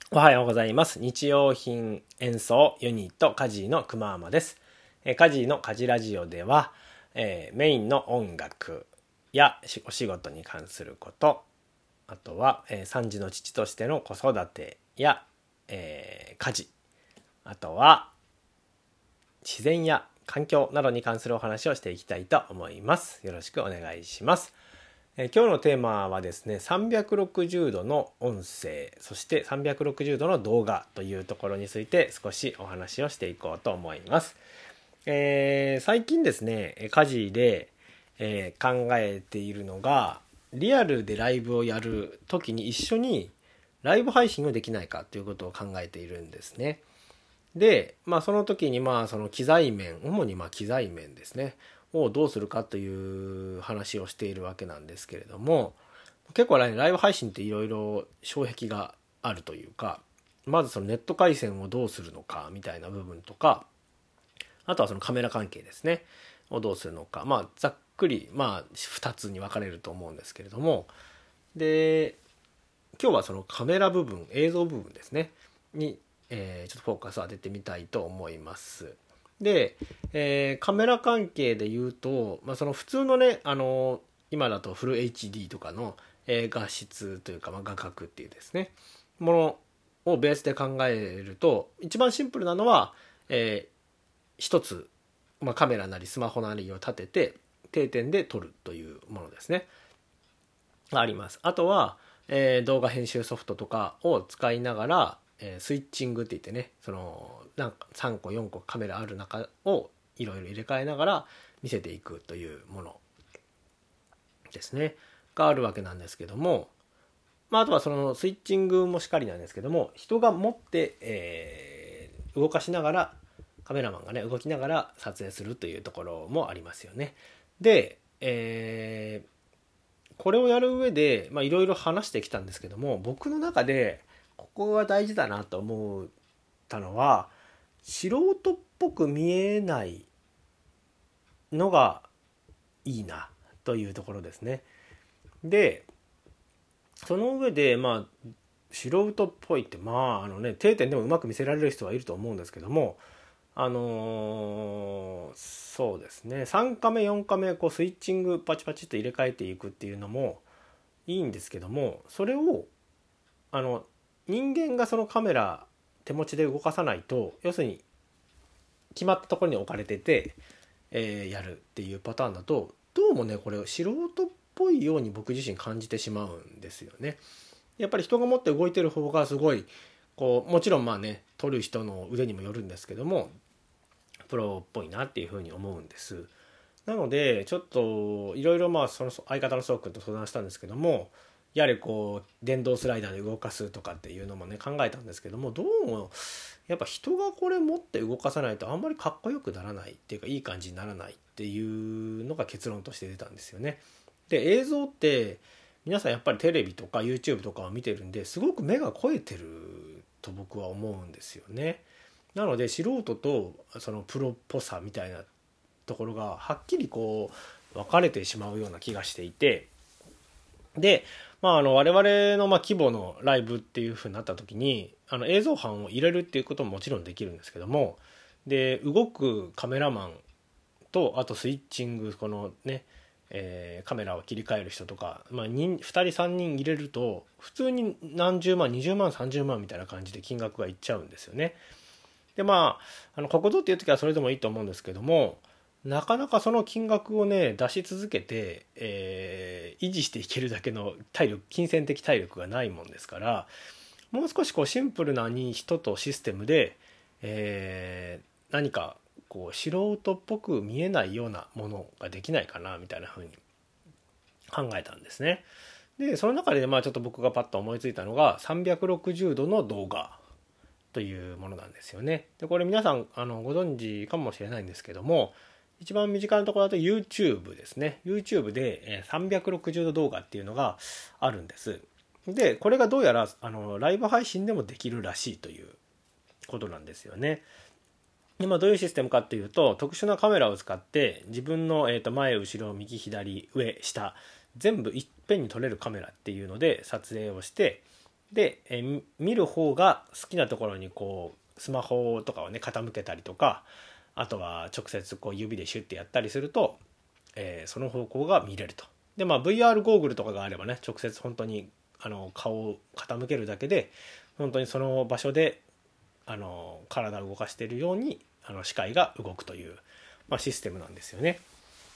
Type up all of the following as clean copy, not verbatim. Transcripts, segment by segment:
おはようございます。日用品演奏ユニットカジーのくまーまです。カジーのカジラジオでは、メインの音楽やお仕事に関すること、あとは、3児の父としての子育てや、家事、あとは自然や環境などに関するお話をしていきたいと思います。よろしくお願いします。今日のテーマはですね、360度の音声、そして360度の動画というところについて少しお話をしていこうと思います。最近ですね、家事で、考えているのが、リアルでライブをやるときに一緒にライブ配信をできないかということを考えているんですね。で、その時にその機材面、主に機材面ですね、をどうするかという話をしているわけなんですけれども、結構ね、ライブ配信っていろいろ障壁があるというか、まずそのネット回線をどうするのかみたいな部分とか、あとはそのカメラ関係ですね、をどうするのか、ざっくり2つに分かれると思うんですけれども、で、今日はそのカメラ部分、映像部分ですねに、ちょっとフォーカスを当ててみたいと思います。で、カメラ関係で言うと、その普通のね、今だとフル HD とかの、画質というか、画角っていうですねものをベースで考えると、一番シンプルなのは、一つ、カメラなりスマホなりを立てて定点で撮るというものですね、あります。あとは、動画編集ソフトとかを使いながら、スイッチングって言ってね、そのなんか3個4個カメラある中をいろいろ入れ替えながら見せていくというものですねがあるわけなんですけども、あとはそのスイッチングもしっかりなんですけども、人が持って、動かしながら、カメラマンがね動きながら撮影するというところもありますよね。で、これをやる上でいろいろ話してきたんですけども、僕の中でここが大事だなと思ったのは、素人っぽく見えないのがいいなというところですね。で、その上で素人っぽいって定点でもうまく見せられる人はいると思うんですけども、そうですね、3カメ4カメこうスイッチングパチパチっと入れ替えていくっていうのもいいんですけども、それを人間がそのカメラ手持ちで動かさないと、要するに決まったところに置かれてて、やるっていうパターンだと、どうもねこれ素人っぽいように僕自身感じてしまうんですよね。やっぱり人が持って動いてる方がすごいこう、もちろん撮る人の腕にもよるんですけども、プロっぽいなっていうふうに思うんです。なのでちょっといろいろその相方のそうくんと相談したんですけども、やはりこう電動スライダーで動かすとかっていうのもね考えたんですけども、どうもやっぱ人がこれ持って動かさないとあんまりかっこよくならないっていうか、いい感じにならないっていうのが結論として出たんですよね。で、映像って皆さんやっぱりテレビとか YouTube とかを見てるんで、すごく目が肥えてると僕は思うんですよね。なので素人とそのプロっぽさみたいなところがはっきりこう分かれてしまうような気がしていて、で、我々の規模のライブっていう風になった時に映像班を入れるっていうことももちろんできるんですけども、で動くカメラマンと、あとスイッチング、このね、カメラを切り替える人とか、2人3人入れると普通に何十万20万30万みたいな感じで金額がいっちゃうんですよね。でここぞっていう時はそれでもいいと思うんですけども、なかなかその金額をね出し続けて、維持していけるだけの体力、金銭的体力がないもんですから、もう少しこうシンプルな人とシステムで、何かこう素人っぽく見えないようなものができないかなみたいな風に考えたんですね。でその中でちょっと僕がパッと思いついたのが360度の動画というものなんですよね。でこれ皆さんご存知かもしれないんですけども、一番身近なところだと YouTube ですね。 YouTube で360度動画っていうのがあるんです。でこれがどうやらライブ配信でもできるらしいということなんですよね。でどういうシステムかっていうと、特殊なカメラを使って自分の前後ろ右左上下全部いっぺんに撮れるカメラっていうので撮影をして、 で、見る方が好きなところにこうスマホとかをね傾けたりとか、あとは直接こう指でシュッてやったりすると、その方向が見れると。でVR ゴーグルとかがあればね、直接本当に顔を傾けるだけで本当にその場所で体を動かしているように視界が動くという、システムなんですよね。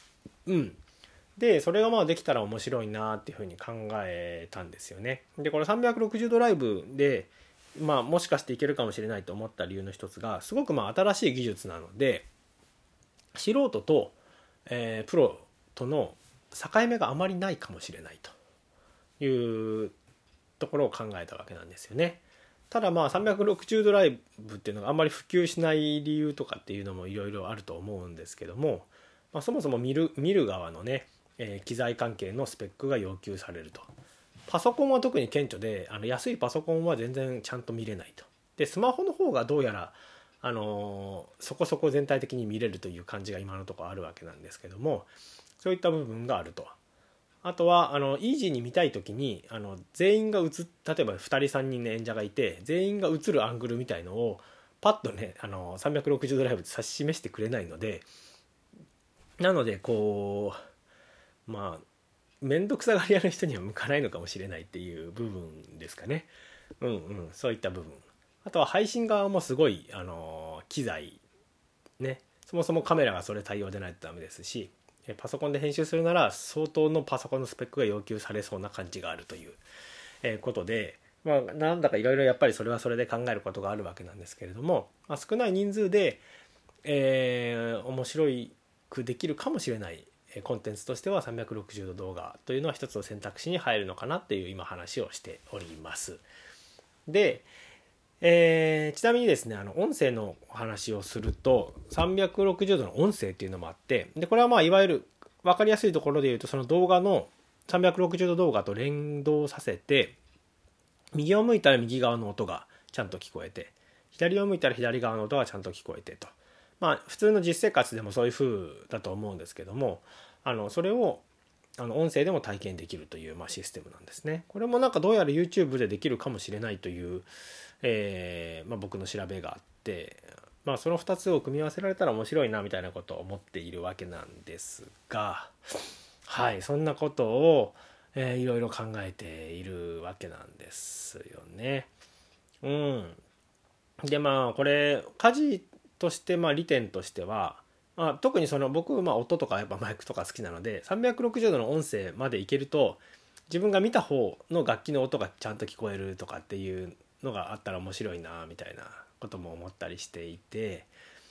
でそれができたら面白いなっていうふうに考えたんですよね。でこれ360度ライブでもしかしていけるかもしれないと思った理由の一つが、すごく新しい技術なので、素人と、プロとの境目があまりないかもしれないというところを考えたわけなんですよね。ただ360度ライブっていうのがあんまり普及しない理由とかっていうのもいろいろあると思うんですけども、そもそも見る側のね、機材関係のスペックが要求されると。パソコンは特に顕著で、安いパソコンは全然ちゃんと見れないと。でスマホの方がどうやらそこそこ全体的に見れるという感じが今のところあるわけなんですけども、そういった部分があると。あとはイージーに見たい時に全員が例えば2人3人の演者がいて全員が映るアングルみたいのをパッとね360度ライブで指し示してくれないので、なのでこう面倒くさがり屋の人には向かないのかもしれないっていう部分ですかね。そういった部分。あとは配信側もすごい機材ね、そもそもカメラがそれ対応でないとダメですし、パソコンで編集するなら相当のパソコンのスペックが要求されそうな感じがあるということで、なんだかいろいろやっぱりそれはそれで考えることがあるわけなんですけれども、少ない人数で、面白くできるかもしれないコンテンツとしては360度動画というのは一つの選択肢に入るのかなっていう今話をしております。で、ちなみにですね音声のお話をすると360度の音声っていうのもあって、でこれはいわゆる分かりやすいところで言うとその動画の360度動画と連動させて、右を向いたら右側の音がちゃんと聞こえて、左を向いたら左側の音がちゃんと聞こえてと。普通の実生活でもそういう風だと思うんですけども、それを音声でも体験できるというシステムなんですね。これもどうやら YouTube でできるかもしれないという、僕の調べがあって、その2つを組み合わせられたら面白いなみたいなことを思っているわけなんですが、そんなことを、いろいろ考えているわけなんですよね。でこれ家事として利点としては、特に僕音とかやっぱマイクとか好きなので360度の音声までいけると自分が見た方の楽器の音がちゃんと聞こえるとかっていうのがあったら面白いなみたいなことも思ったりしていて、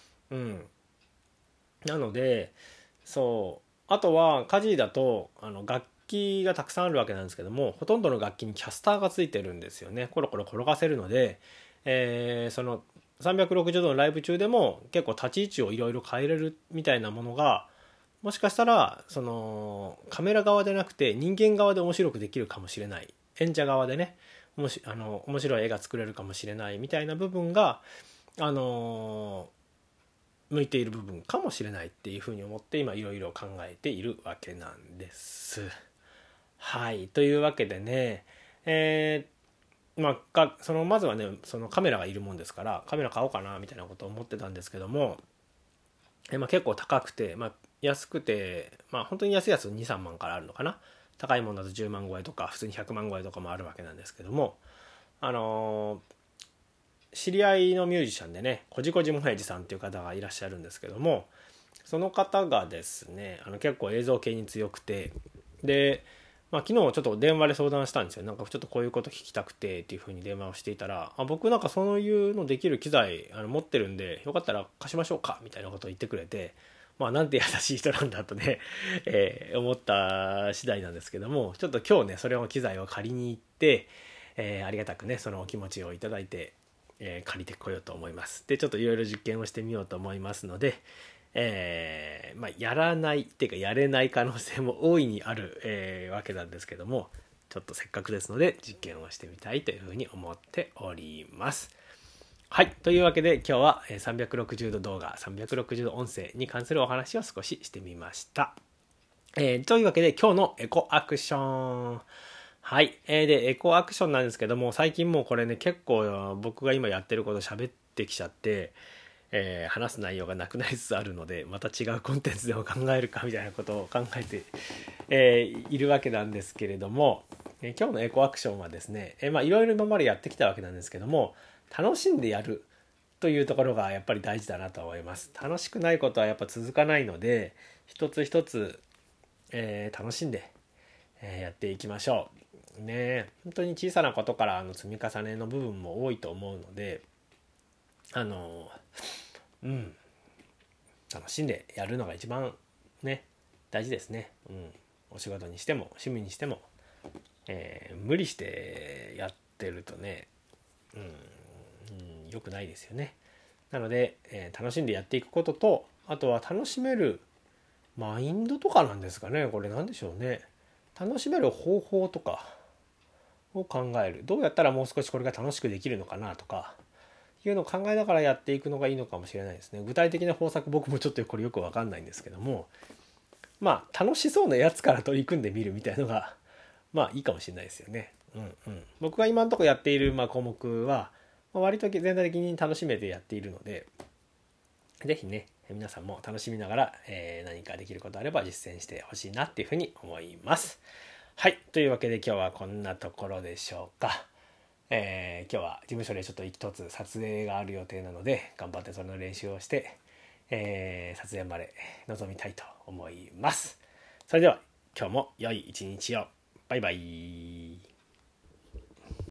なのであとは家事だと楽器がたくさんあるわけなんですけども、ほとんどの楽器にキャスターがついてるんですよね。コロコロ転がせるので、その360度のライブ中でも結構立ち位置をいろいろ変えれるみたいなものが、もしかしたらカメラ側でなくて人間側で面白くできるかもしれない、演者側でね面白い絵が作れるかもしれないみたいな部分が向いている部分かもしれないっていうふうに思って今いろいろ考えているわけなんです。というわけでね、まずはねそのカメラがいるもんですからカメラ買おうかなみたいなことを思ってたんですけども、結構高くて、安くて本当に安いやつ 2,3 万からあるのかな。高いものだと10万超えとか普通に100万超えとかもあるわけなんですけども、知り合いのミュージシャンでねこじこじもへじさんっていう方がいらっしゃるんですけども、その方がですね結構映像系に強くて、で昨日ちょっと電話で相談したんですよ。ちょっとこういうこと聞きたくてっていうふうに電話をしていたら、僕そういうのできる機材持ってるんでよかったら貸しましょうかみたいなことを言ってくれて、なんて優しい人なんだとね、思った次第なんですけども、ちょっと今日ねそれを機材を借りに行って、ありがたくねそのお気持ちをいただいて、借りてこようと思います。でちょっといろいろ実験をしてみようと思いますので、やらないっていうかやれない可能性も大いにある、わけなんですけども、ちょっとせっかくですので実験をしてみたいというふうに思っております。というわけで今日は360度動画360度音声に関するお話を少ししてみました。というわけで今日のエコアクション、 はい、でエコアクションなんですけども、最近もうこれね結構僕が今やってること喋ってきちゃって、話す内容がなくなりつつあるので、また違うコンテンツでも考えるかみたいなことを考えて、いるわけなんですけれども、今日のエコアクションはですね、いろいろ今までやってきたわけなんですけども、楽しんでやるというところがやっぱり大事だなと思います。楽しくないことはやっぱ続かないので、一つ一つ、楽しんで、やっていきましょうね。本当に小さなことから積み重ねの部分も多いと思うので、楽しんでやるのが一番ね大事ですね。お仕事にしても趣味にしても、無理してやってるとね、良くないですよね。なので、楽しんでやっていくことと、あとは楽しめるマインドとかなんですかね。これなんでしょうね。楽しめる方法とかを考える。どうやったらもう少しこれが楽しくできるのかなとかいうのを考えながらやっていくのがいいのかもしれないですね。具体的な方策僕もちょっとこれよく分かんないんですけども、楽しそうなやつから取り組んでみるみたいのがいいかもしれないですよね。僕が今のところやっている項目は割と全体的に楽しめてやっているので、ぜひね皆さんも楽しみながら、何かできることあれば実践してほしいなっていうふうに思います。はい、というわけで今日はこんなところでしょうか。今日は事務所でちょっと一つ撮影がある予定なので、頑張ってそれの練習をして、撮影まで臨みたいと思います。それでは今日も良い一日を。バイバイ。